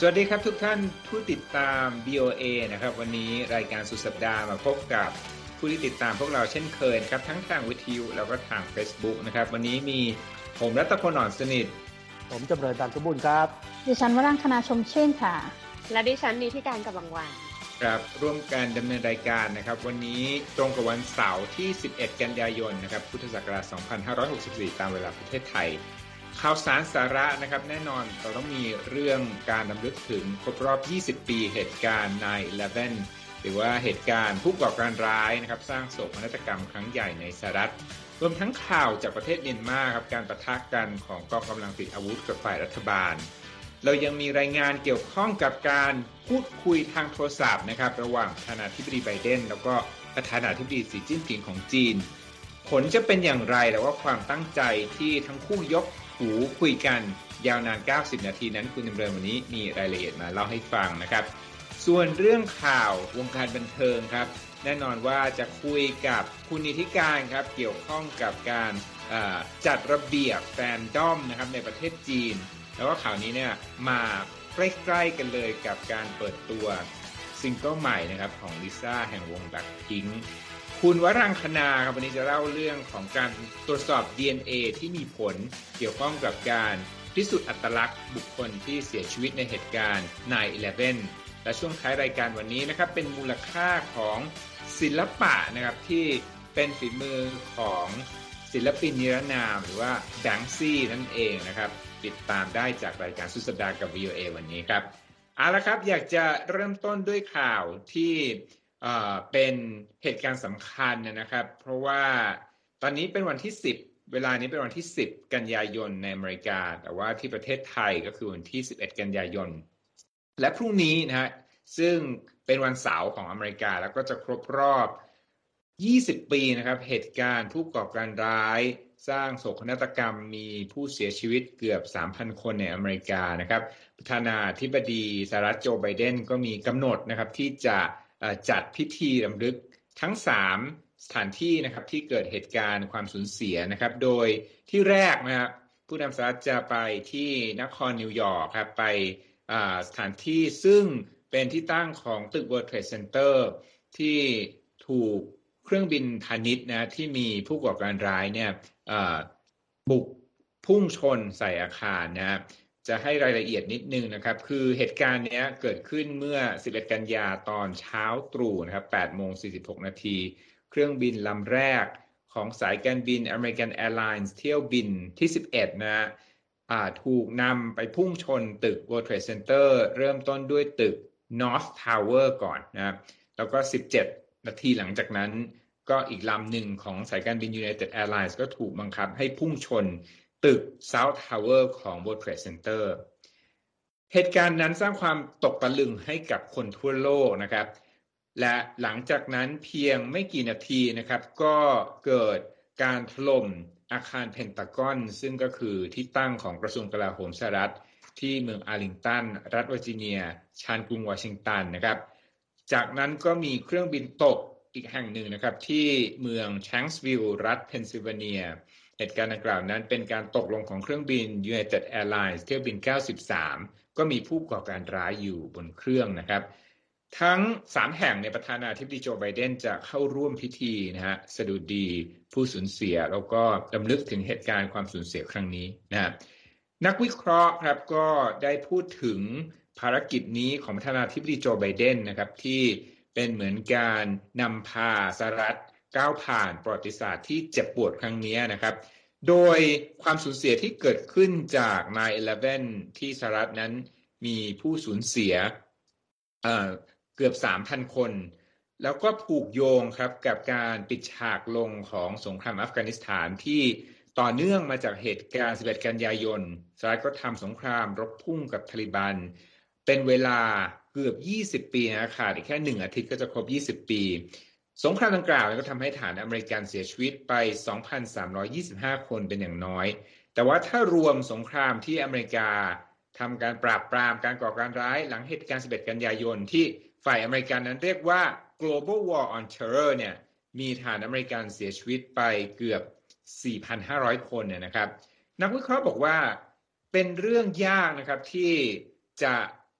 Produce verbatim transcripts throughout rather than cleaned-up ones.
วัสดีครับทุกท่านผู้ติดตาม บี โอ เอ นะครับวันนี้รายการสุดสัปดาห์มาพบกับผู้ที่ติดตามพวกเราเช่นเคยครับทั้งทางวิทยุแล้วก็ทาง Facebook นะครับวันนี้มีผมรัตพล อ่อนสนิทผมจำเริญ ตันสมบูรณ์ครับดิฉันวรังคณาชมชื่นค่ะและดิฉันนิธิการกำลังวันครับร่วมกันดำเนินรายการนะครับวันนี้ตรงกับวันเสาร์ที่สิบเอ็ดกันยายนนะครับพุทธศักราชสองพันห้าร้อยหกสิบสี่ตามเวลาประเทศไทยข่าวสารสาระนะครับแน่นอนเราต้องมีเรื่องการรำลึกถึงครบรอบยี่สิบปีเหตุการณ์ ไนน์ อีเลฟเว่น หรือว่าเหตุการณ์ผู้ก่อการร้ายนะครับสร้างโศกนาฏกรรมครั้งใหญ่ในสหรัฐรวมทั้งข่าวจากประเทศเมียนมาครับการปะทะกันของกองกำลังติดอาวุธกับฝ่ายรัฐบาลเรายังมีรายงานเกี่ยวข้องกับการพูดคุยทางโทรศัพท์นะครับระหว่างประธานาธิบดีไบเดนแล้วก็ประธานาธิบดีสีจิ้นผิงของจีนผลจะเป็นอย่างไรแต่ว่าความตั้งใจที่ทั้งคู่ยกหูคุยกันยาวนานเก้าสิบนาทีนั้นคุณดำเนินวันนี้มีรายละเอียดมาเล่าให้ฟังนะครับส่วนเรื่องข่าววงการบันเทิงครับแน่นอนว่าจะคุยกับคุณนิธิการครับเกี่ยวข้องกับการจัดระเบียบแฟนดอมนะครับในประเทศจีนแล้วก็ข่าวนี้เนี่ยมาใกล้ๆกันเลยกับการเปิดตัวซิงเกิลใหม่นะครับของลิซ่าแห่งวงแบล็คพิงค์คุณวรังคณาครับวันนี้จะเล่าเรื่องของการตรวจสอบ ดี เอ็น เอ ที่มีผลเกี่ยวข้องกับการพิสูจน์อัตลักษณ์บุคคลที่เสียชีวิตในเหตุการณ์ ไนน์ อีเลฟเว่น และช่วงท้ายรายการวันนี้นะครับเป็นมูลค่าของศิลปะนะครับที่เป็นฝีมือของศิลปินนิรนามหรือว่าแบงค์ซี่นั่นเองนะครับติดตามได้จากรายการสุดสัปดาห์กับ บี โอ เอ วันนี้ครับเอาละครับอยากจะเริ่มต้นด้วยข่าวที่เอ่อเป็นเหตุการณ์สำคัญนะครับเพราะว่าตอนนี้เป็นวันที่สิบเวลานี้เป็นวันที่สิบกันยายนในอเมริกาแต่ว่าที่ประเทศไทยก็คือวันที่สิบเอ็ดกันยายนและพรุ่งนี้นะฮะซึ่งเป็นวันเสาร์ของอเมริกาแล้วก็จะครบรอบยี่สิบปีนะครับเหตุการณ์ผู้ก่อการร้ายสร้างโศกนาฏกรรมมีผู้เสียชีวิตเกือบ สามพัน คนในอเมริกานะครับประธานาธิบดีสหรัฐโจไบเดนก็มีกำหนดนะครับที่จะจัดพิธีรำลึกทั้งสามสถานที่นะครับที่เกิดเหตุการณ์ความสูญเสียนะครับโดยที่แรกนะครับผู้นำสหรัฐจะไปที่นครนิวยอร์กครับไปสถานที่ซึ่งเป็นที่ตั้งของตึก World Trade Center ที่ถูกเครื่องบินพาณิชย์นะที่มีผู้ก่อการร้ายเนี่ยบุกพุ่งชนใส่อาคารนะจะให้รายละเอียดนิดนึงนะครับคือเหตุการณ์นี้เกิดขึ้นเมื่อสิบเอ็ดกันยาตอนเช้าตรู่นะครับ แปดโมงสี่สิบหก นาทีเครื่องบินลำแรกของสายการบิน American Airlines เที่ยวบินที่สิบเอ็ดนะถูกนำไปพุ่งชนตึก World Trade Center เริ่มต้นด้วยตึก North Tower ก่อนนะครับแล้วก็สิบเจ็ดนาทีหลังจากนั้นก็อีกลำหนึ่งของสายการบิน United Airlines ก็ถูกบังคับให้พุ่งชนตึก South Tower ของ World Trade Center เหตุการณ์นั้นสร้างความตกตะลึงให้กับคนทั่วโลกนะครับและหลังจากนั้นเพียงไม่กี่นาทีนะครับก็เกิดการถล่มอาคารเพนตากอนซึ่งก็คือที่ตั้งของกระทรวงกลาโหมสหรัฐที่เมืองอาร์ลิงตันรัฐเวอร์จิเนียชานกรุงวอชิงตันนะครับจากนั้นก็มีเครื่องบินตกอีกแห่งหนึ่งนะครับที่เมืองแชงส์วิลล์รัฐเพนซิลเวเนียเหตุการณ์ดังกล่าวนั้นเป็นการตกลงของเครื่องบิน United Airlines เที่ยวบินเก้าสิบสามก็มีผู้ก่อการร้ายอยู่บนเครื่องนะครับทั้งสามแห่งในประธานาธิบดีโจไบเดนจะเข้าร่วมพิธีนะฮะสดุดีผู้สูญเสียแล้วก็รำลึกถึงเหตุการณ์ความสูญเสียครั้งนี้นะฮะนักวิเคราะห์ครับก็ได้พูดถึงภารกิจนี้ของประธานาธิบดีโจไบเดนนะครับที่เป็นเหมือนการนำพาสหรัฐก้าวผ่านประวัติศาสตร์ที่เจ็บปวดครั้งนี้นะครับโดยความสูญเสียที่เกิดขึ้นจาก ไนน์ อีเลฟเว่น ที่สหรัฐนั้นมีผู้สูญเสียเอ่อเกือบ สามพัน คนแล้วก็ผูกโยงครับกับการปิดฉากลงของสงครามอัฟกานิสถานที่ต่อเนื่องมาจากเหตุการณ์สิบเอ็ดกันยายนสหรัฐก็ทำสงครามรบพุ่งกับตาลิบันเป็นเวลาเกือบยี่สิบปีนะขาดอีกแค่หนึ่งอาทิตย์ก็จะครบยี่สิบปีสงครามดังกล่าวก็ทำให้ฐานอเมริกันเสียชีวิตไป สองพันสามร้อยยี่สิบห้า คนเป็นอย่างน้อยแต่ว่าถ้ารวมสงครามที่อเมริกาทำการปราบปรามการก่อการร้ายหลังเหตุการณ์สิบเอ็ดกันยายนที่ฝ่ายอเมริกันนั้นเรียกว่า global war on terror เนี่ยมีฐานอเมริกันเสียชีวิตไปเกือบ สี่พันห้าร้อย คนเนี่ยนะครับนักวิเคราะห์บอกว่าเป็นเรื่องยากนะครับที่จะ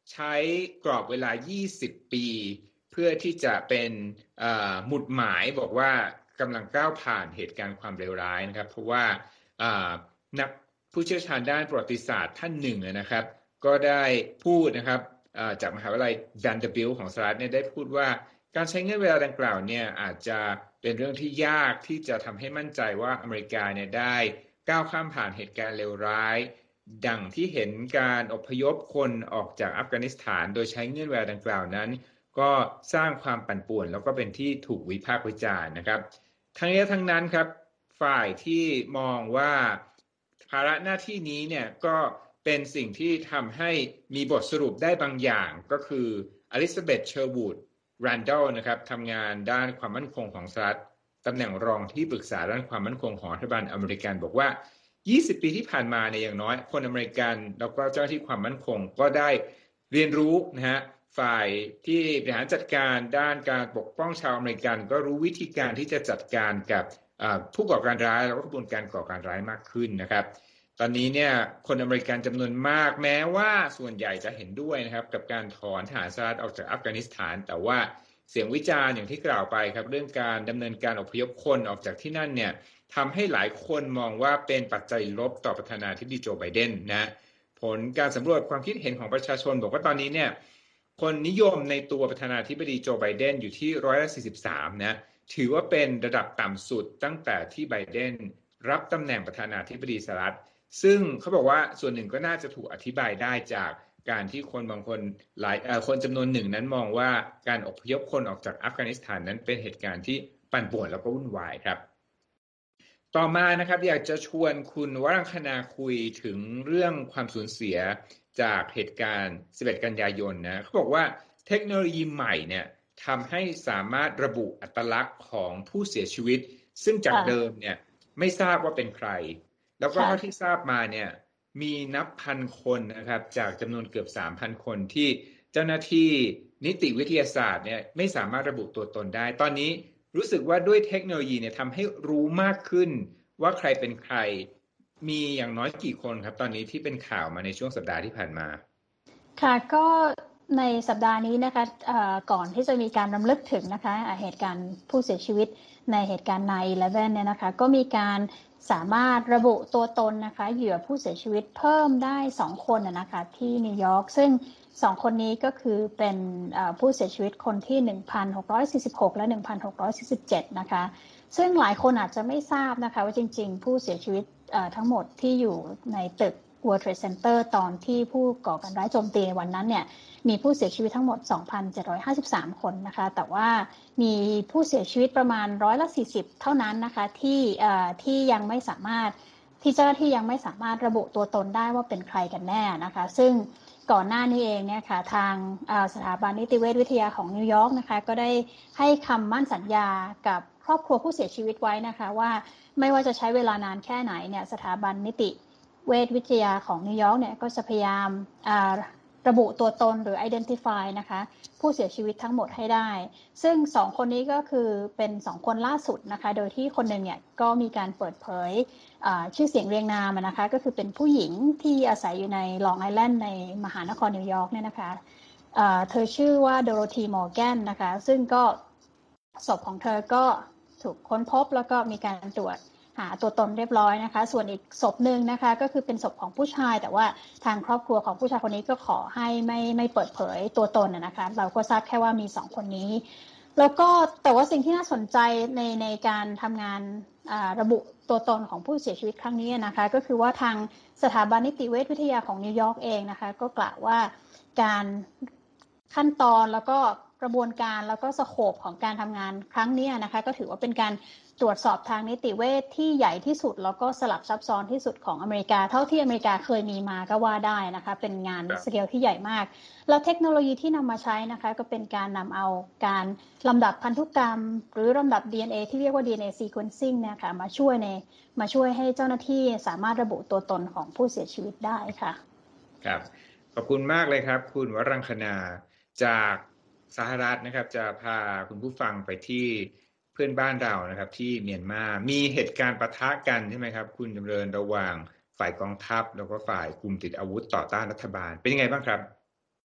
ใช้กรอบเวลายี่สิบปีเพื่อที่จะเป็นหมุดหมายบอกว่ากำลังก้าวผ่านเหตุการณ์ความเลวร้ายนะครับเพราะว่านักผู้เชี่ยวชาญด้านประวัติศาสตร์ท่านหนึ่งนะครับก็ได้พูดนะครับจากมหาวิทยาลัย Vanderbilt ของสหรัฐเนี่ยได้พูดว่าการใช้เงื่อนเวลาดังกล่าวเนี่ยอาจจะเป็นเรื่องที่ยากที่จะทำให้มั่นใจว่าอเมริกาเนี่ยได้ก้าวข้ามผ่านเหตุการณ์เลวร้ายดังที่เห็นการอพยพคนออกจากอัฟกานิสถานโดยใช้เงื่อนเวลาดังกล่าวนั้นก็สร้างความปั่นป่วนแล้วก็เป็นที่ถูกวิพากษ์วิจารณ์นะครับทั้งนี้ทั้งนั้นครับฝ่ายที่มองว่าภาระหน้าที่นี้เนี่ยก็เป็นสิ่งที่ทำให้มีบทสรุปได้บางอย่างก็คืออลิซาเบธเชอร์วูดแรนดัลนะครับทำงานด้านความมั่นคงของสหรัฐตำแหน่งรองที่ปรึกษาด้านความมั่นคงของรัฐบาลอเมริกันบอกว่ายี่สิบปีที่ผ่านมาเนี่ยอย่างน้อยคนอเมริกันแล้วก็เจ้าหน้าที่ความมั่นคงก็ได้เรียนรู้นะฮะฝ่ายที่บริหารจัดการด้านการปกป้องชาวอเมริกันก็รู้วิธีการที่จะจัดการกับผู้ก่อการร้ายแล้วก็กระบวนการก่อการร้ายมากขึ้นนะครับตอนนี้เนี่ยคนอเมริกันจำนวนมากแม้ว่าส่วนใหญ่จะเห็นด้วยนะครับกับการถอนทหารสหรัฐออกจากอัฟกานิสถานแต่ว่าเสียงวิจารณ์อย่างที่กล่าวไปครับเรื่องการดำเนินการอพยพคนออกจากที่นั่นเนี่ยทำให้หลายคนมองว่าเป็นปัจจัยลบต่อประธานาธิบดีโจไบเดนนะผลการสำรวจความคิดเห็นของประชาชนบอกว่าตอนนี้เนี่ยคนนิยมในตัวประธานาธิบดีโจไบเดนอยู่ที่ร้อยละสี่สิบสามนะถือว่าเป็นระดับต่ำสุดตั้งแต่ที่ไบเดนรับตำแหน่งประธานาธิบดีสหรัฐซึ่งเขาบอกว่าส่วนหนึ่งก็น่าจะถูกอธิบายได้จากการที่คนบางคนหลายคนจำนวนหนึ่งนั้นมองว่าการอพยพคนออกจากอัฟกานิสถานนั้นเป็นเหตุการณ์ที่ปั่นป่วนแล้วก็วุ่นวายครับต่อมานะครับอยากจะชวนคุณวรังคณาคุยถึงเรื่องความสูญเสียจากเหตุการณ์สิบเอ็ดกันยายนนะเขาบอกว่าเทคโนโลยีใหม่เนี่ยทำให้สามารถระบุอัตลักษณ์ของผู้เสียชีวิตซึ่งจากเดิมเนี่ยไม่ทราบว่าเป็นใครแล้วก็เท่าที่ทราบมาเนี่ยมีนับพันคนนะครับจากจำนวนเกือบ สามพัน คนที่เจ้าหน้าที่นิติวิทยาศาสตร์เนี่ยไม่สามารถระบุตัวตนได้ตอนนี้รู้สึกว่าด้วยเทคโนโลยีเนี่ยทำให้รู้มากขึ้นว่าใครเป็นใครมีอย่างน้อยกี่คนครับตอนนี้ที่เป็นข่าวมาในช่วงสัปดาห์ที่ผ่านมาค่ะก็ในสัปดาห์นี้นะคะก่อนที่จะมีการรำลึกถึงนะคะเหตุการณ์ผู้เสียชีวิตในเหตุการณ์ ไนน์ อีเลฟเว่น เนี่ยนะคะก็มีการสามารถระบุตัวตนนะคะเหยื่อผู้เสียชีวิตเพิ่มได้สองคนนะคะที่นิวยอร์กซึ่งสองคนนี้ก็คือเป็นผู้เสียชีวิตคนที่ หนึ่งพันหกร้อยสี่สิบหก และ หนึ่งพันหกร้อยสี่สิบเจ็ด นะคะซึ่งหลายคนอาจจะไม่ทราบนะคะว่าจริงๆผู้เสียชีวิตทั้งหมดที่อยู่ในตึก World Trade Center ตอนที่ผู้ก่อการร้ายโจมตีในวันนั้นเนี่ยมีผู้เสียชีวิตทั้งหมด สองพันเจ็ดร้อยห้าสิบสาม คนนะคะแต่ว่ามีผู้เสียชีวิตประมาณร้อยละสี่สิบเท่านั้นนะคะที่ที่ยังไม่สามารถที่เจ้าหน้าที่ยังไม่สามารถระบุตัวตนได้ว่าเป็นใครกันแน่นะคะซึ่งก่อนหน้านี้เองเนี่ยค่ะทางสถาบันนิติเวชวิทยาของนิวยอร์กนะคะก็ได้ให้คำมั่นสัญญากับครอบครัวผู้เสียชีวิตไว้นะคะว่าไม่ว่าจะใช้เวลานานแค่ไหนเนี่ยสถาบันนิติเวชวิทยาของนิวยอร์กเนี่ยก็จะพยายามระบุตัวตนหรือ identify นะคะผู้เสียชีวิตทั้งหมดให้ได้ซึ่งสองคนนี้ก็คือเป็นสองคนล่าสุดนะคะโดยที่คนหนึ่งเนี่ยก็มีการเปิดเผยชื่อเสียงเรียงนามนะคะก็คือเป็นผู้หญิงที่อาศัยอยู่ในลองไอแลนด์ในมหานครนิวยอร์กเนี่ยนะคะเธอชื่อว่าโดโรธีมอร์แกนนะคะซึ่งก็ศพของเธอก็ถูกค้นพบแล้วก็มีการตรวจหาตัวตนเรียบร้อยนะคะส่วนอีกศพหนึ่งนะคะก็คือเป็นศพของผู้ชายแต่ว่าทางครอบครัวของผู้ชายคนนี้ก็ขอให้ไม่ไม่เปิดเผยตัวตนนะคะเราก็ทราบแค่ว่ามีสองคนนี้แล้วก็แต่ว่าสิ่งที่น่าสนใจในในการทำงานระบุตัวตนของผู้เสียชีวิตครั้งนี้นะคะก็คือว่าทางสถาบันนิติเวชวิทยาของนิวยอร์กเองนะคะก็กล่าวว่าการขั้นตอนแล้วก็กระบวนการแล้วก็สโคปของการทำงานครั้งนี้นะคะก็ถือว่าเป็นการตรวจสอบทางนิติเวชที่ใหญ่ที่สุดแล้วก็สลับซับซ้อนที่สุดของอเมริกาเท่าที่อเมริกาเคยมีมาก็ว่าได้นะคะเป็นงานสเกลที่ใหญ่มากแล้วเทคโนโลยีที่นำมาใช้นะคะก็เป็นการนำเอาการลำดับพันธุกรรมหรือลำดับ ดี เอ็น เอ ที่เรียกว่า ดี เอ็น เอ sequencing เนี่ยค่ะมาช่วยในมาช่วยให้เจ้าหน้าที่สามารถระบุตัวตนของผู้เสียชีวิตได้ค่ะครับขอบคุณมากเลยครับคุณวรังคณาจากสหรัฐนะครับจะพาคุณผู้ฟังไปที่เพื่อนบ้านเรานะครับที่เมียนมามีเหตุการณ์ปะทะกันใช่ไหมครับคุณจำเริญระหว่างฝ่ายกองทัพแล้วก็ฝ่ายกลุ่มติดอาวุธต่อต้านรัฐบาลเป็นยังไงบ้างครับ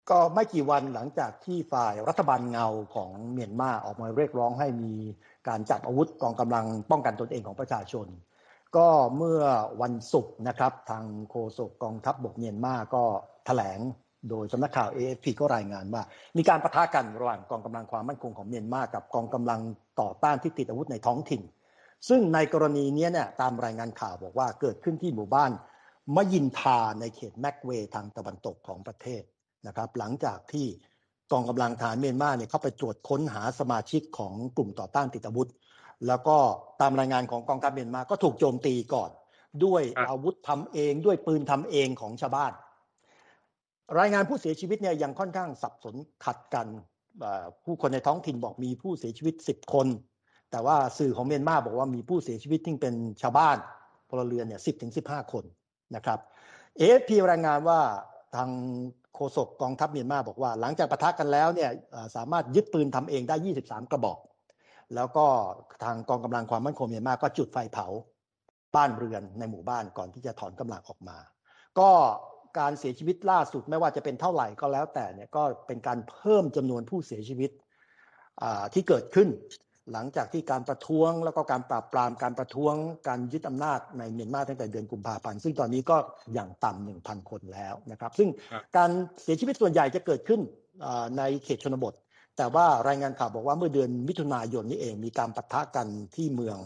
ก็ไม่กี่วันหลังจากที่ฝ่ายรัฐบาลเงาของเมียนมาออกมาเรียกร้องให้มีการจับอาวุธกองกำลังป้องกันตนเองของประชาชนก็เมื่อวันศุกร์นะครับทางโฆษกกองทัพบกเมียนมาก็แถลงโดยสำนักข่าว เอ เอฟ พี ก็รายงานว่ามีการปะทะกันระหว่างกองกำลังความมั่นคงของเมียนมากับกองกำลังต่อต้านที่ติดอาวุธในท้องถิ่นซึ่งในกรณีนี้เนี่ยตามรายงานข่าวบอกว่าเกิดขึ้นที่หมู่บ้านมะยินทาในเขตแมกเวย์ทางตะวันตกของประเทศนะครับหลังจากที่กองกำลังทหารเมียนมาเนี่ยเข้าไปตรวจค้นหาสมาชิกของกลุ่มต่อต้านติดอาวุธแล้วก็ตามรายงานของกองทัพเมียนมาก็ถูกโจมตีก่อนด้วยอาวุธทำเองด้วยปืนทำเองของชาวบ้านรายงานผู้เสียชีวิตเนี่ยยังค่อนข้างสับสนขัดกันผู้คนในท้องถิ่นบอกมีผู้เสียชีวิตสิบคนแต่ว่าสื่อของเมียนมาบอกว่ามีผู้เสียชีวิตที่เป็นชาวบ้านพลเรือนเนี่ย สิบถึงสิบห้า คนนะครับ เอ เอฟ พี รายงานว่าทางโฆษกกองทัพเมียนมาบอกว่าหลังจากปะทะกันแล้วเนี่ยสามารถยึดปืนทำเองได้ยี่สิบสามกระบอกแล้วก็ทางกองกำลังความมั่นคงเมียนมาก็จุดไฟเผาบ้านเรือนในหมู่บ้านก่อนที่จะถอนกำลังออกมาก็การเสียชีวิตล่าสุดไม่ว่าจะเป็นเท่าไหร่ก็แล้วแต่เนี่ยก็เป็นการเพิ่มจำนวนผู้เสียชีวิตที่เกิดขึ้นหลังจากที่การประท้วงแล้วก็การปราบปรามการประท้วงการยึดอำนาจในเมียนมาตั้งแต่เดือนกุมภาพันธ์ซึ่งตอนนี้ก็อย่างต่ำ หนึ่งพัน คนแล้วนะครับซึ่งการเสียชีวิตส่วนใหญ่จะเกิดขึ้นในเขตชนบทแต่ว่ารายงานข่าวบอกว่าเมื่อเดือนมิถุนายนนี้เองมีการปะทะกันที่เมือง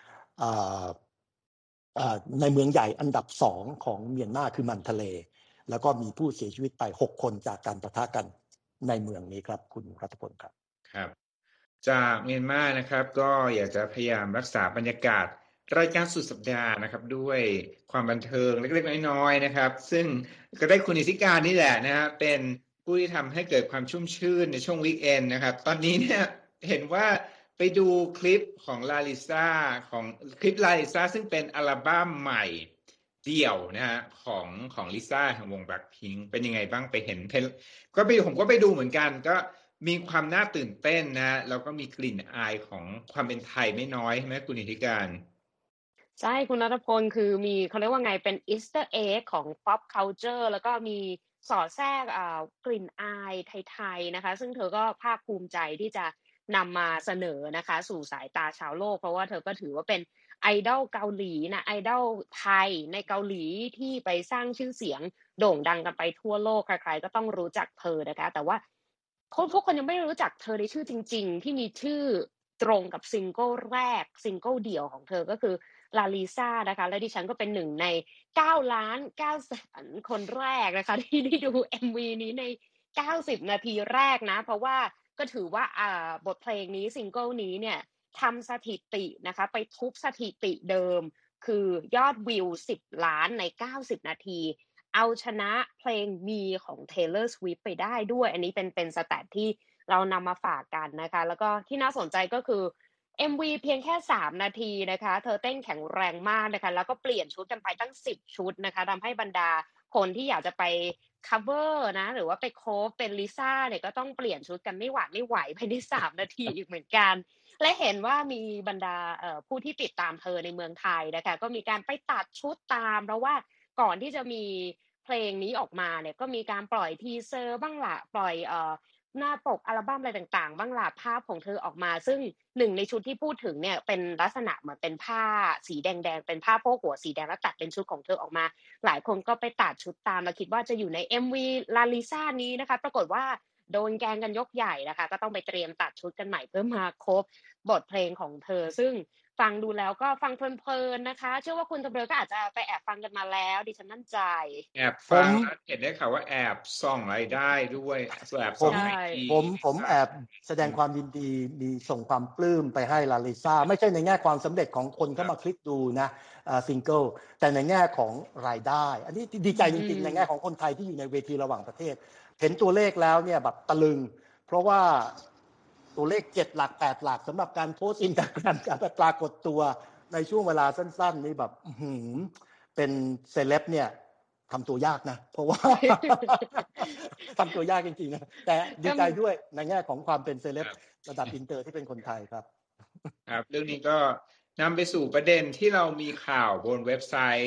ในเมืองใหญ่อันดับสองของเมียนมาคือมันทะเลแล้วก็มีผู้เสียชีวิตไปหกคนจากการปะทะกันในเมืองนี้ครับคุณรัตพลครับครับจากเมียนมานะครับก็อยากจะพยายามรักษาบรรยากาศรายการสุดสัปดาห์นะครับด้วยความบันเทิงเล็กๆน้อยๆนะครับซึ่งก็ได้คุณอิทธิการนี่แหละนะฮะเป็นผู้ที่ทำให้เกิดความชุ่มชื่นในช่วงวีคเอนด์นะครับตอนนี้เนี่ยเห็นว่าไปดูคลิปของลาลิซ่าของคลิปลาลิซ่าซึ่งเป็นอัลบั้มใหม่เดี่ยวนะฮะของของลิซ่าของวง Blackpink เป็นยังไงบ้างไปเห็นก็ไปผมก็ไปดูเหมือนกันก็มีความน่าตื่นเต้นนะแล้วก็มีกลิ่นอายของความเป็นไทยไม่น้อยใช่ไหมคุณอิทธิการใช่คุณณัฐพลคือมีเขาเรียกว่าไงเป็น Easter egg ของ pop culture แล้วก็มีสอดแทรกอ่ากลิ่นอายไทยๆนะคะซึ่งเธอก็ภาคภูมิใจที่จะนำมาเสนอนะคะสู่สายตาชาวโลกเพราะว่าเธอก็ถือว่าเป็นไอดอลเกาหลีนะไอดอลไทยในเกาหลีที่ไปสร้างชื่อเสียงโด่งดังกันไปทั่วโลกใครๆก็ต้องรู้จักเธอนะคะแต่ว่าทุกคนยังไม่รู้จักเธอในชื่อจริงๆที่มีชื่อตรงกับซิงเกิลแรกซิงเกิลเดี่ยวของเธอก็คือลาลิซ่านะคะและดิฉันก็เป็นหนึ่งในเก้าล้านเก้าแสนคนแรกนะคะที่ได้ดู เอ็ม วี นี้ในเก้าสิบนาทีแรกนะเพราะว่าก็ถือว่าอ่าบทเพลงนี้ซิงเกิลนี้เนี่ยทำสถิตินะคะไปทุบสถิติเดิมคือยอดวิวสิบล้านในเก้าสิบนาทีเอาชนะเพลงมีของ Taylor Swift ไปได้ด้วยอันนี้เป็นเป็นสแตทที่เรานำมาฝากกันนะคะแล้วก็ที่น่าสนใจก็คือเอ็ม วี เพียงแค่สามนาทีนะคะเธอเต้นแข็งแรงมากนะคะแล้วก็เปลี่ยนชุดกันไปตั้งสิบชุดนะคะทำให้บรรดาคนที่อยากจะไป cover นะหรือว่าไปโคฟเป็นลิซ่าเนี่ยก็ต้องเปลี่ยนชุดกันไม่หวาดไม่ไหวภายในสามนาทีอีกเหมือนกันและเห็นว่ามีบรรดาเอ่อผู้ที่ติดตามเธอในเมืองไทยนะคะก็มีการไปตัดชุดตามเพราะว่าก่อนที่จะมีเพลงนี้ออกมาเนี่ยก็มีการปล่อยทีเซอร์บ้างละปล่อยเอ่อหน้าปกอัลบั้มอะไรต่างๆบ้างล่ะภาพของเธอออกมาซึ่งหนึ่งในชุดที่พูดถึงเนี่ยเป็นลักษณะเหมือนเป็นผ้าสีแดงๆเป็นผ้าโพกหัวสีแดงแล้วตัดเป็นชุดของเธอออกมาหลายคนก็ไปตัดชุดตามแล้วคิดว่าจะอยู่ใน เอ็ม วี ลาลิซ่านี้นะคะปรากฏว่าโดนแกงกันยกใหญ่นะคะก็ต้องไปเตรียมตัดชุดกันใหม่เพื่อมาครบบทเพลงของเธอซึ่งฟังดูแล้วก็ฟังเพลินๆนะคะเชื่อว่าคุณตำเรือก็อาจจะไปแอบฟังกันมาแล้วดิฉันมั่นใจแอบฟังเห็นได้ข่าวว่าแอบส่องรายได้ด้วยแอบส่องไอทีผมผมแอบแสดงความยินดีมีส่งความปลื้มไปให้ลาลิซ่าไม่ใช่ในแง่ความสำเร็จของคนเข้ามาคลิกดูนะซิงเกิลแต่ในแง่ของรายได้อันนี้ดีใจจริงๆในแง่ของคนไทยที่อยู่ในเวทีระหว่างประเทศเห็นตัวเลขแล้วเนี่ยแบบตะลึงเพราะว่าตัวเลขเจ็ดหลักแปดหลักสำหรับการโพสต์อินสตาแกรมการปรากฏตัวในช่วงเวลาสั้นๆนี่แบบเป็นเซเลบเนี่ยทำตัวยากนะเพราะว่า ทำตัวยากจริงๆนะแต่ดีใจด้วยในแง่ของความเป็นเซเลบระดับอินเตอร์ที่เป็นคนไทยครับครับเรื่องนี้ก็นำไปสู่ประเด็นที่เรามีข่าวบนเว็บไซต์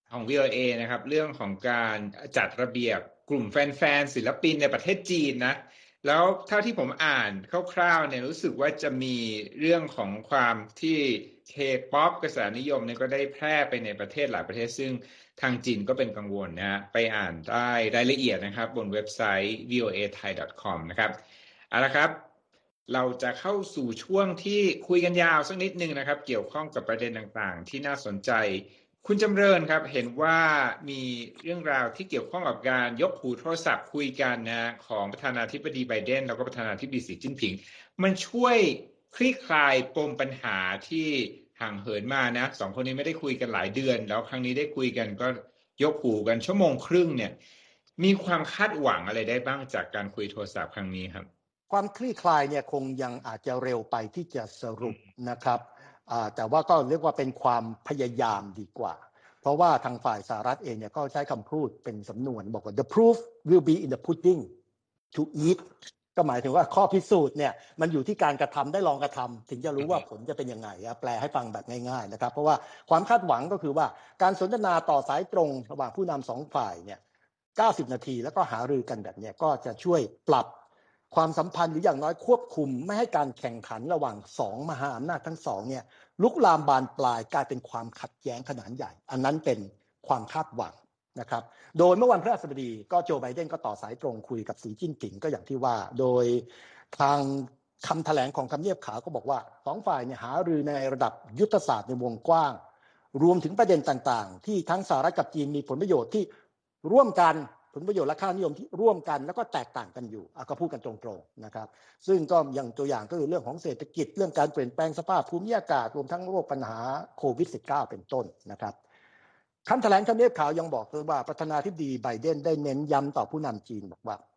ของ วี โอ เอ นะครับเรื่องของการจัดระเบียบกลุ่มแฟนๆศิลปินในประเทศจีนนะแล้วเท่าที่ผมอ่านคร่าวๆเนี่ยรู้สึกว่าจะมีเรื่องของความที่ K-pop กระแสนิยมเนี่ยก็ได้แพร่ไปในประเทศหลายประเทศซึ่งทางจีนก็เป็นกังวลนะฮะไปอ่านได้รายละเอียดนะครับบนเว็บไซต์ วี โอ เอ ไทย ดอท คอม นะครับเอาละครับเราจะเข้าสู่ช่วงที่คุยกันยาวสักนิดนึงนะครับเกี่ยวข้องกับประเด็นต่างๆที่น่าสนใจคุณจำเริญครับเห็นว่ามีเรื่องราวที่เกี่ยวข้องกับการยกหูโทรศัพท์คุยกันนะของประธานาธิบดีไบเดนแล้วก็ประธานาธิบดีสีจิ้นผิงมันช่วยคลี่คลายปมปัญหาที่ห่างเหินมานะสองคนนี้ไม่ได้คุยกันหลายเดือนแล้วครั้งนี้ได้คุยกันก็ยกหูกันชั่วโมงครึ่งเนี่ยมีความคาดหวังอะไรได้บ้างจากการคุยโทรศัพท์ครั้งนี้ครับความคลี่คลายเนี่ยคงยังอาจจะเร็วไปที่จะสรุปนะครับแต่ว่าก็เรียกว่าเป็นความพยายามดีกว่าเพราะว่าทางฝ่ายสหรัฐเองเนี่ยก็ใช้คำพูดเป็นสำนวนบอกว่า the proof will be in the pudding to eat ก็หมายถึงว่าข้อพิสูจน์เนี่ยมันอยู่ที่การกระทำได้ลองกระทำถึงจะรู้ว่าผลจะเป็นยังไงแปลให้ฟังแบบง่ายๆนะครับเพราะว่าความคาดหวังก็คือว่าการสนทนาต่อสายตรงระหว่างผู้นำสองฝ่ายเนี่ยเก้าสิบนาทีแล้วก็หารือกันแบบนี้ก็จะช่วยปรับความสัมพันธ์หรืออย่างน้อยควบคุมไม่ให้การแข่งขันระหว่างสองมหาอำนาจทั้งสองเนี่ยลุกลามบานปลายกลายเป็นความขัดแย้งขนาดใหญ่อันนั้นเป็นความคาดหวังนะครับโดยเมื่อวันพฤหัสบดีก็โจไบเดนก็ต่อสายตรงคุยกับสีจิ้นผิงก็อย่างที่ว่าโดยทางคำแถลงของทำเนียบขาวก็บอกว่าสองฝ่ายเนี่ยหารือในระดับยุทธศาสตร์ในวงกว้างรวมถึงประเด็นต่างๆที่ทั้งสหรัฐกับจีนมีผลประโยชน์ที่ร่วมกันผลประโยชน์และค่านิยมที่ร่วมกันแล้วก็แตกต่างกันอยู่ก็พูดกันตรงๆนะครับซึ่งก็อย่างตัวอย่างก็คือเรื่องของเศรษฐกิจเรื่องการเปลี่ยนแปลงสภาพภูมิอากาศรวมทั้งโรคปัญหาโควิด สิบเก้า เป็นต้นนะครับคำแถลงทำเนียบขาวยังบอกด้วยว่าประธานาธิบดีไบเดนได้เน้นย้ำต่อผู้นำจีนบอกว่า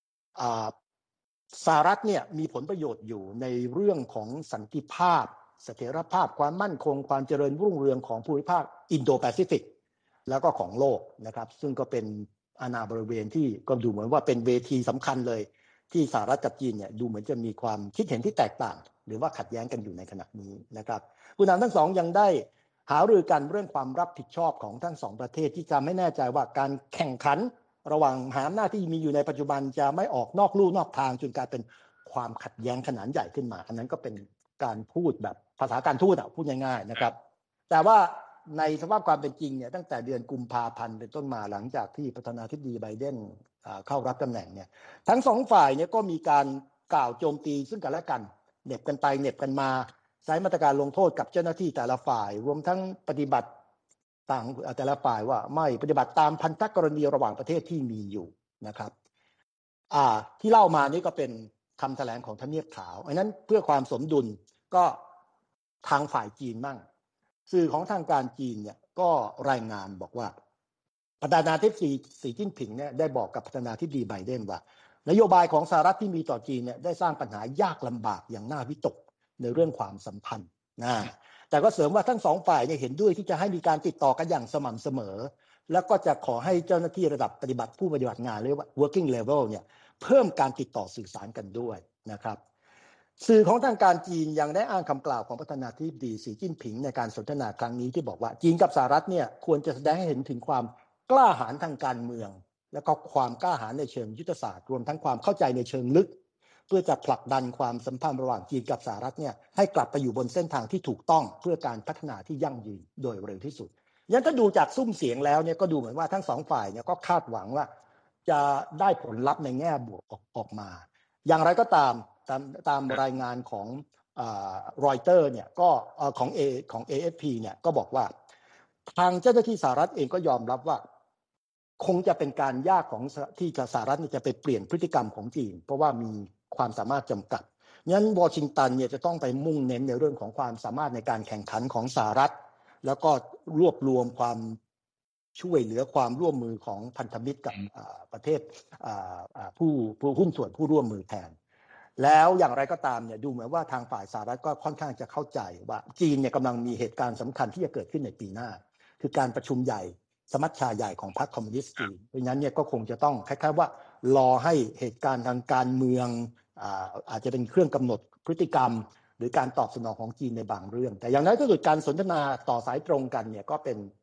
สหรัฐเนี่ยมีผลประโยชน์อยู่ในเรื่องของสันติภาพเสถียรภาพความมั่นคงความเจริญรุ่งเรืองของภูมิภาคอินโดแปซิฟิกแล้วก็ของโลกนะครับซึ่งก็เป็นอาณาบริเวณที่ก็ดูเหมือนว่าเป็นเวทีสำคัญเลยที่สหรัฐกับจีนเนี่ยดูเหมือนจะมีความคิดเห็นที่แตกต่างหรือว่าขัดแย้งกันอยู่ในขณะนี้นะครับผู้นำทั้งสองยังได้หารือกันเรื่องความรับผิดชอบของทั้งสองประเทศที่จะไม่แน่ใจว่าการแข่งขันระหว่างมหาอำนาจที่มีอยู่ในปัจจุบันจะไม่ออกนอกลู่นอกทางจนกลายเป็นความขัดแย้งขนาดใหญ่ขึ้นมาอันนั้นก็เป็นการพูดแบบภาษาการทูตอ่ะพูดง่ายๆนะครับแต่ว่าในสภาพความเป็นจริงเนี่ยตั้งแต่เดือนกุมภาพันธ์เป็นต้นมาหลังจากที่ประธานาธิบดีไบเดนเข้ารับตำแหน่งเนี่ยทั้งสองฝ่ายเนี่ยก็มีการกล่าวโจมตีซึ่งกันและกันเหน็บกันไปเหน็บกันมาใช้มาตรการลงโทษกับเจ้าหน้าที่แต่ละฝ่ายรวมทั้งปฏิบัติต่างแต่ละฝ่ายว่าไม่ปฏิบัติตามพันธกรณีระหว่างประเทศที่มีอยู่นะครับอ่าที่เล่ามานี่ก็เป็นคำแถลงของทำเนียบขาวอันนั้นเพื่อความสมดุลก็ทางฝ่ายจีนมั่งสื่อของทางการจีนเนี่ยก็รายงานบอกว่าประธานาธิบดีสีจิ้นผิงเนี่ยได้บอกกับประธานาธิบดีไบเดนว่านโยบายของสหรัฐที่มีต่อจีนเนี่ยได้สร้างปัญหายากลำบากอย่างน่าวิตกในเรื่องความสัมพันธ์นะแต่ก็เสริมว่าทั้งสองฝ่ายเนี่ยเห็นด้วยที่จะให้มีการติดต่อกันอย่างสม่ำเสมอแล้วก็จะขอให้เจ้าหน้าที่ระดับปฏิบัติผู้ปฏิบัติงานเรียกว่า working level เนี่ยเพิ่มการติดต่อสื่อสารกันด้วยนะครับสื่อของทางการจีนยังได้อ้างคำกล่าวของประธานาธิบดีสีจิ้นผิงในการสนทนาครั้งนี้ที่บอกว่าจีนกับสหรัฐเนี่ยควรจะแสดงให้เห็นถึงความกล้าหาญทางการเมืองและก็ความกล้าหาญในเชิงยุทธศาสตร์รวมทั้งความเข้าใจในเชิงลึกเพื่อจะผลักดันความสัมพันธ์ระหว่างจีนกับสหรัฐเนี่ยให้กลับไปอยู่บนเส้นทางที่ถูกต้องเพื่อการพัฒนาที่ยั่งยืนโดยเร็วที่สุดงั้นถ้าดูจากซุ้มเสียงแล้วเนี่ยก็ดูเหมือนว่าทั้งสองฝ่ายเนี่ยก็คาดหวังว่าจะได้ผลลัพธ์ในแง่บวกออกมาอย่างไรก็ตามตามตามรายงานของรอยเตอร์เนี่ยก็ของเอของ เอ เอฟ พี เนี่ยก็บอกว่าทางเจ้าหน้าที่สหรัฐเองก็ยอมรับว่าคงจะเป็นการยากของที่สหรัฐจะไปเปลี่ยนพฤติกรรมของจีนเพราะว่ามีความสามารถจำกัดงั้นวอชิงตันเนี่ยจะต้องไปมุ่งเน้นในเรื่องของความสามารถในการแข่งขันของสหรัฐแล้วก็รวบรวมความช่วยเหลือความร่วมมือของพันธมิตรกับประเทศผู้ผู้หุ้นส่วนผู้ร่วมมือแทนแล้วอย่างไรก็ตามเนี่ยดูเหมือนว่าทางฝ่ายสหรัฐก็ค่อนข้างจะเข้าใจว่าจีนเนี่ยกำลังมีเหตุการณ์สำคัญที่จะเกิดขึ้นในปีหน้าคือการประชุมใหญ่สมัชชาใหญ่ของพรรคคอมมิวนิสต์จีนเพราะฉะนั้นเนี่ยก็คงจะต้องคล้ายๆว่ารอให้เหตุการณ์ทางการเมืองอ่าอาจจะเป็นเครื่องกำหนดพฤติกรรมหรือการตอบสนองของจีนในบางเรื่องแต่อย่างน้อยที่สุดการสนทนาต่อสายตรงกันเนี่ยก็เป็น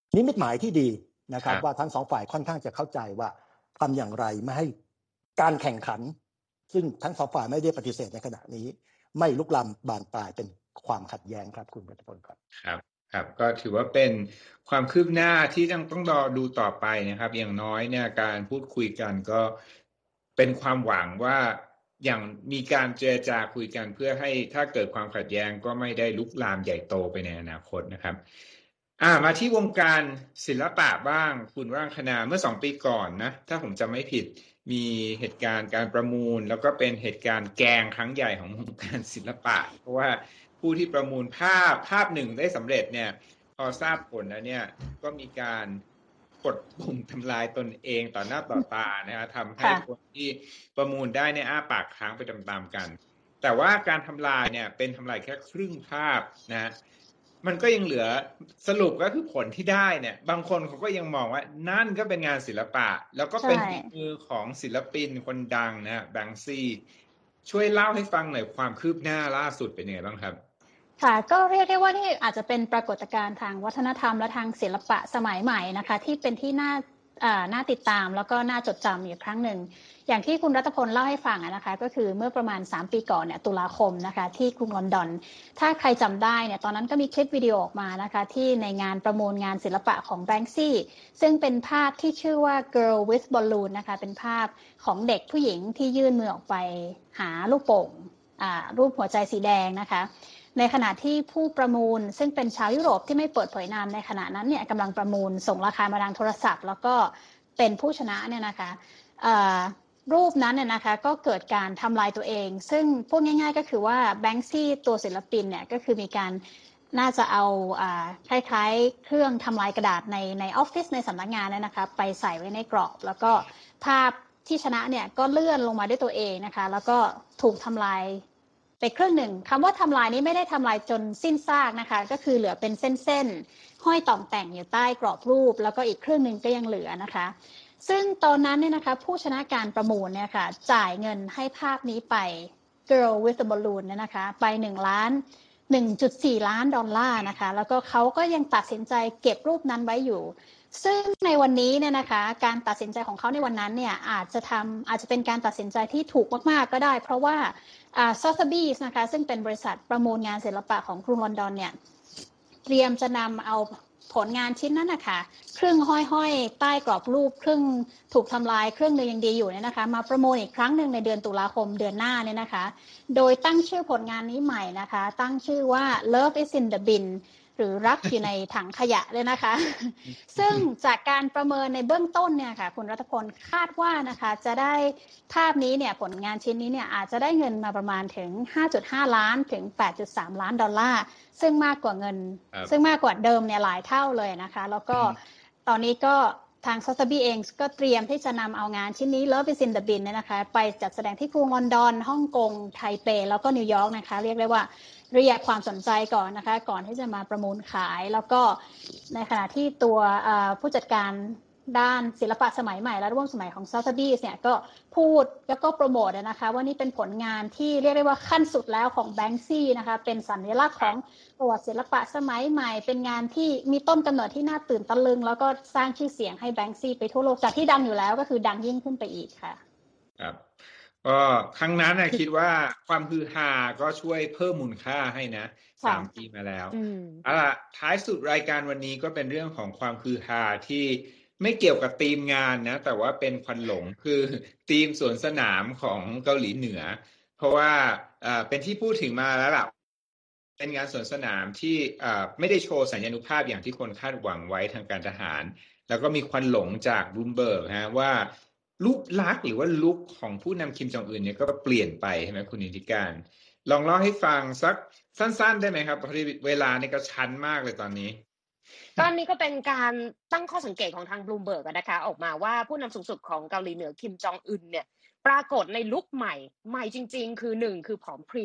นิมิตหมายที่ดีนะครับครับว่าทั้งสองฝ่ายค่อนข้างจะเข้าใจว่าทำอย่างไรไม่ให้การแข่งขันซึ่งทั้งสองฝ่ายไม่ได้ปฏิเสธในขณะนี้ไม่ลุกลามบานปลายเป็นความขัดแย้งครับคุณรัฐพลครับครับครับก็ถือว่าเป็นความคืบหน้าที่ต้องต้องรอดูต่อไปนะครับอย่างน้อยเนี่ยการพูดคุยกันก็เป็นความหวังว่าอย่างมีการเจรจาคุยกันเพื่อให้ถ้าเกิดความขัดแย้งก็ไม่ได้ลุกลามใหญ่โตไปในอนาคตนะครับอ่ามาที่วงการศิลปะบ้างคุณว่างคณาเมื่อสองปีก่อนนะถ้าผมจำไม่ผิดมีเหตุการณ์การประมูลแล้วก็เป็นเหตุการณ์แกงครั้งใหญ่ของวงการศิลปะเพราะว่าผู้ที่ประมูลภาพภาพหนึ่งได้สำเร็จเนี่ยพอทราบผลแล้วเนี่ยก็มีการกดปุ่มทำลายตนเองต่อหน้าต่อตานะครับทำให้คนที่ประมูลได้เนี่ยอ้าปากค้างไปตามๆกันแต่ว่าการทำลายเนี่ยเป็นทำลายแค่ครึ่งภาพนะมันก็ยังเหลือสรุปก็คือผลที่ได้เนี่ยบางคนเขาก็ยังมองว่านั่นก็เป็นงานศิลปะแล้วก็เป็นฝีมือของศิลปินคนดังนะแบงค์ซี่ช่วยเล่าให้ฟังหน่อยความคืบหน้าล่าสุดเป็นยังไงบ้างครับค่ะก็เรียกได้ว่านี่อาจจะเป็นปรากฏการณ์ทางวัฒนธรรมและทางศิลปะสมัยใหม่นะคะที่เป็นที่น่าอ่าน่าติดตามแล้วก็น่าจดจำอีกครั้งหนึ่งอย่างที่คุณรัตพลเล่าให้ฟังนะคะก็คือเมื่อประมาณสามปีก่อนเนี่ยตุลาคมนะคะที่กรุงลอนดอนถ้าใครจำได้เนี่ยตอนนั้นก็มีคลิปวิดีโอออกมานะคะที่ในงานประมูลงานศิลปะของแบงค์ซี่ซึ่งเป็นภาพที่ชื่อว่า Girl with Balloon นะคะเป็นภาพของเด็กผู้หญิงที่ยื่นมือออกไปหาลูกโป่งอ่ารูปหัวใจสีแดงนะคะในขณะที่ผู้ประมูลซึ่งเป็นชาวยุโรปที่ไม่เปิดเผยนามในขณะนั้นเนี่ยกำลังประมูลส่งราคามาทางโทรศัพท์แล้วก็เป็นผู้ชนะเนี่ยนะคะรูปนั้นเนี่ยนะคะก็เกิดการทำลายตัวเองซึ่งพูดง่ายๆก็คือว่าแบงค์ซี่ตัวศิลปินเนี่ยก็คือมีการน่าจะเอาคล้ายๆเครื่องทำลายกระดาษในในออฟฟิศในสำนักงานเนี่ยนะคะไปใส่ไว้ในกรอบแล้วก็ภาพที่ชนะเนี่ยก็เลื่อนลงมาด้วยตัวเองนะคะแล้วก็ถูกทำลายไปครึ่งหนึ่งคำว่าทำลายนี้ไม่ได้ทำลายจนสิ้นซากนะคะก็คือเหลือเป็นเส้นๆห้อยต่องแต่งอยู่ใต้กรอบรูปแล้วก็อีกครึ่งหนึ่งก็ยังเหลือนะคะซึ่งตอนนั้นเนี่ยนะคะผู้ชนะการประมูลเนี่ยค่ะจ่ายเงินให้ภาพนี้ไป Girl with the Balloon เนี่ยนะคะไปหนึ่งล้าน หนึ่งจุดสี่ ล้านดอลลาร์นะคะแล้วก็เขาก็ยังตัดสินใจเก็บรูปนั้นไว้อยู่ซึ่งในวันนี้เนี่ยนะคะการตัดสินใจของเขาในวันนั้นเนี่ยอาจจะทำอาจจะเป็นการตัดสินใจที่ถูกมากๆก็ได้เพราะว่าอ่า Sotheby's นะคะซึ่งเป็นบริษัทประมูลงานศิลปะของกรุงลอนดอนเนี่ยเตรียมจะนำเอาผลงานชิ้นนั้นนะคะครึ่งห้อยๆใต้กรอบรูปครึ่งถูกทำลายครึ่งนึงยังดีอยู่เนี่ยนะคะมาประมูลอีกครั้งหนึ่งในเดือนตุลาคมเดือนหน้าเนี่ยนะคะโดยตั้งชื่อผลงานนี้ใหม่นะคะตั้งชื่อว่า Love is in the bin หรือรักอยู่ในถังขยะเลยนะคะซึ่งจากการประเมินในเบื้องต้นเนี่ยค่ะคุณรัตพลคาดว่านะคะจะได้ภาพนี้เนี่ยผลงานชิ้นนี้เนี่ยอาจจะได้เงินมาประมาณถึง ห้าจุดห้า ล้านถึง แปดจุดสาม ล้านดอลลาร์ซึ่งมากกว่าเงินซึ่งมากกว่าเดิมเนี่ยหลายเท่าเลยนะคะแล้วก็ตอนนี้ก็ทาง Sotheby's เองก็เตรียมที่จะนำเอางานชิ้นนี้ Love is in the bin เนี่ยนะคะไปจัดแสดงที่กรุงลอนดอนฮ่องกงไทเปแล้วก็นิวยอร์กนะคะเรียกได้ว่าเรียกความสนใจก่อนนะคะก่อนที่จะมาประมูลขายแล้วก็ในขณะที่ตัวผู้จัดการด้านศิลปะสมัยใหม่และร่วมสมัยของ Sotheby's เนี่ยก็พูดแล้วก็โปรโมทนะคะว่านี่เป็นผลงานที่เรียกได้ว่าขั้นสุดแล้วของแบงค์ซี่นะคะเป็นสัญลักษณ์ของประวัติศิลปะสมัยใหม่เป็นงานที่มีต้นกำเนิดที่น่าตื่นตะลึงแล้วก็สร้างชื่อเสียงให้แบงค์ซี่ไปทั่วโลกจากที่ดังอยู่แล้วก็คือดังยิ่งขึ้นไปอีกค่ะครับก็ครั้งนั้นนะคิดว่าความฮือฮาก็ช่วยเพิ่มมูลค่าให้นะสามปีมาแล้วเอาล่ะท้ายสุดรายการวันนี้ก็เป็นเรื่องของความฮือฮาที่ไม่เกี่ยวกับธีมงานนะแต่ว่าเป็นควันหลงคือธีมสวนสนามของเกาหลีเหนือเพราะว่าเอ่อเป็นที่พูดถึงมาแล้วล่ะเป็นงานสวนสนามที่เอ่อไม่ได้โชว์สัญญานุภาพอย่างที่คนคาดหวังไว้ทางการทหารแล้วก็มีควันหลงจากบลูมเบิร์กฮะว่ารูปลักษณ์หรือว่าลุคของผู้นำคิมจองอึนเนี่ยก็เปลี่ยนไปใช่ไหมคุณนิติการลองเล่าให้ฟังสักสั้นๆได้ไหมครับเพราะเวลานี่ก็ชันมากเลยตอนนี้ตอนนี้ก็เป็นการตั้งข้อสังเกตของทางบลูมเบิร์กนะคะออกมาว่าผู้นำสูงสุดของเกาหลีเหนือคิมจองอึนเนี่ยปรากฏในลุคใหม่ใหม่จริงๆคือหนึ่งคือผอมเพรียว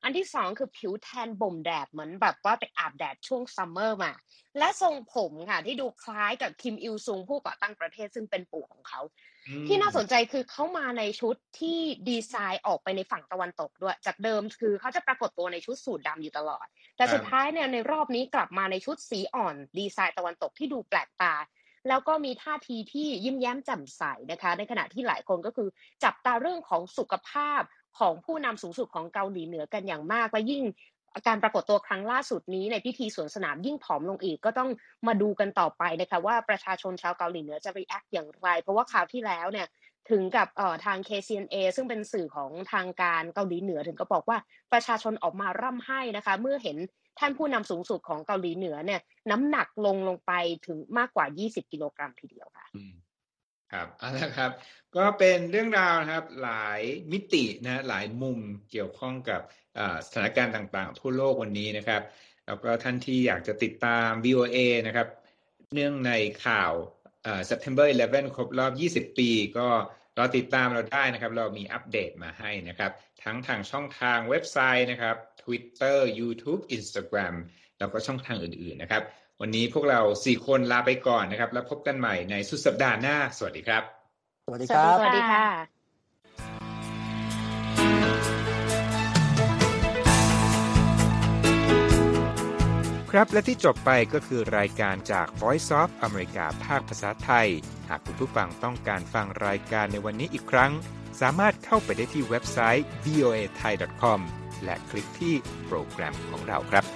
อันที่สองคือผิวแทนบ่มแดดเหมือนแบบว่าไปอาบแดดช่วงซัมเมอร์มาและทรงผมค่ะที่ดูคล้ายกับคิมอิลซุงผู้ก่อตั้งประเทศซึ่งเป็นปู่ของเขาที่น่าสนใจคือเขามาในชุดที่ดีไซน์ออกไปในฝั่งตะวันตกด้วยจากเดิมคือเขาจะปรากฏตัวในชุดสูทดำอยู่ตลอดแต่สุดท้ายเนี่ยในรอบนี้กลับมาในชุดสีอ่อนดีไซน์ตะวันตกที่ดูแปลกตาแล้วก็มีท่าทีที่ยิ้มแย้มแจ่มใสนะคะในขณะที่หลายคนก็คือจับตาเรื่องของสุขภาพของผู้นำสูงสุดของเกาหลีเหนือกันอย่างมากและยิ่งการปรากฏตัวครั้งล่าสุดนี้ในพิธีสวนสนามยิ่งผอมลงอีกก็ต้องมาดูกันต่อไปนะคะว่าประชาชนชาวเกาหลีเหนือจะ react อย่างไรเพราะว่าคราวที่แล้วเนี่ยถึงกับเอ่อทาง เค ซี เอ็น เอ ซึ่งเป็นสื่อของทางการเกาหลีเหนือถึงก็บอกว่าประชาชนออกมาร่ำไห้นะคะเมื่อเห็นท่านผู้นำสูงสุดของเกาหลีเหนือเนี่ยน้ำหนักลงลงไปถึงมากกว่ายี่สิบกิโลกรัมทีเดียวค่ะครับเอาละครับก็เป็นเรื่องราวนะครับหลายมิตินะหลายมุมเกี่ยวข้องกับสถานการณ์ต่างๆทั่วโลกวันนี้นะครับแล้วก็ท่านที่อยากจะติดตาม วี โอ เอ นะครับเนื่องในข่าวเอ่อ September สิบเอ็ด ครบรอบยี่สิบปีก็รอติดตามเราได้นะครับเรามีอัปเดตมาให้นะครับทั้งทางช่องทางเว็บไซต์นะครับ Twitter YouTube Instagram แล้วก็ช่องทางอื่นๆนะครับวันนี้พวกเราสี่คนลาไปก่อนนะครับแล้วพบกันใหม่ในสุดสัปดาห์หน้าสวัสดีครับสวัสดีครับสวัสดีค่ะครับและที่จบไปก็คือรายการจาก Voice of America ภาคภาษาไทยหากคุณผู้ฟังต้องการฟังรายการในวันนี้อีกครั้งสามารถเข้าไปได้ที่เว็บไซต์ วี โอ เอ ไทย ดอท คอม และคลิกที่โปรแกรมของเราครับ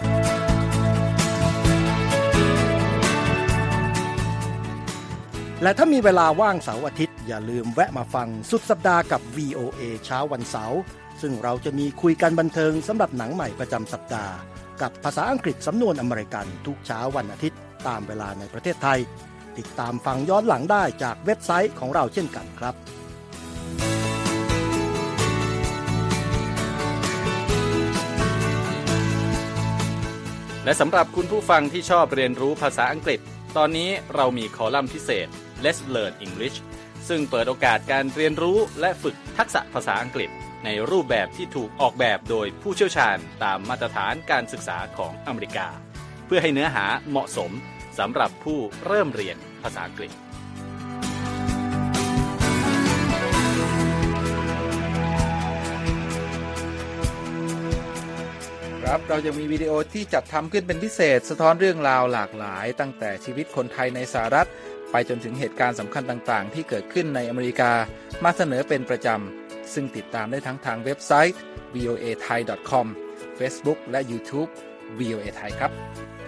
และถ้ามีเวลาว่างเสาร์อาทิตย์อย่าลืมแวะมาฟังสุดสัปดาห์กับ วี โอ เอ เช้าวันเสาร์ซึ่งเราจะมีคุยกันบันเทิงสำหรับหนังใหม่ประจำสัปดาห์กับภาษาอังกฤษสำนวนอเมริกันทุกเช้าวันอาทิตย์ตามเวลาในประเทศไทยติดตามฟังย้อนหลังได้จากเว็บไซต์ของเราเช่นกันครับและสำหรับคุณผู้ฟังที่ชอบเรียนรู้ภาษาอังกฤษตอนนี้เรามีคอลัมน์พิเศษ Let's Learn English ซึ่งเปิดโอกาสการเรียนรู้และฝึกทักษะภาษาอังกฤษในรูปแบบที่ถูกออกแบบโดยผู้เชี่ยวชาญตามมาตรฐานการศึกษาของอเมริกาเพื่อให้เนื้อหาเหมาะสมสำหรับผู้เริ่มเรียนภาษาอังกฤษครับเรายังมีวิดีโอที่จัดทำขึ้นเป็นพิเศษสะท้อนเรื่องราวหลากหลายตั้งแต่ชีวิตคนไทยในสหรัฐไปจนถึงเหตุการณ์สำคัญต่างๆที่เกิดขึ้นในอเมริกามาเสนอเป็นประจำซึ่งติดตามได้ทั้งทางเว็บไซต์ วี โอ เอ ไทย ดอท คอม Facebook และ YouTube วี โอ เอ ไทยครับ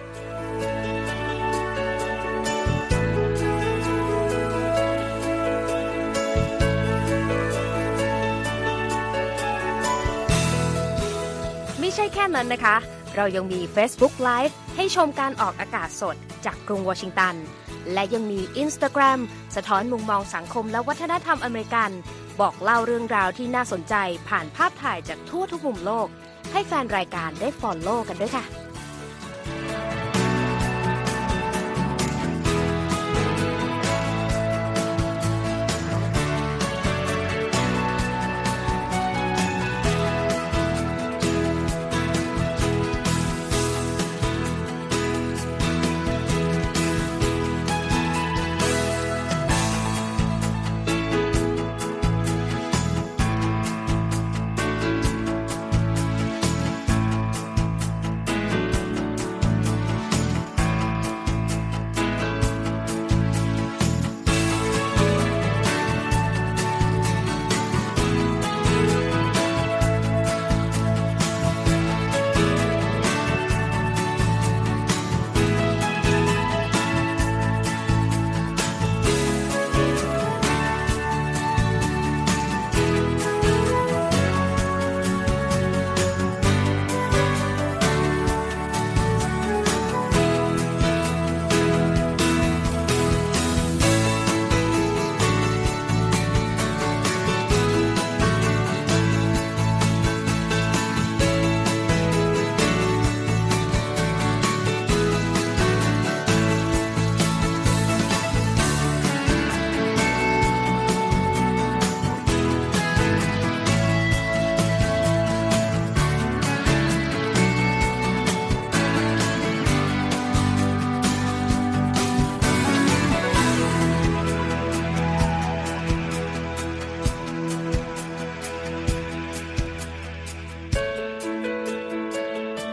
ไม่ใช่แค่นั้นนะคะเรายังมี Facebook Live ให้ชมการออกอากาศสดจากกรุงวอชิงตันและยังมี Instagram สะท้อนมุมมองสังคมและวัฒนธรรมอเมริกันบอกเล่าเรื่องราวที่น่าสนใจผ่านภาพถ่ายจากทั่วทุกมุมโลกให้แฟนรายการได้ follow กันด้วยค่ะ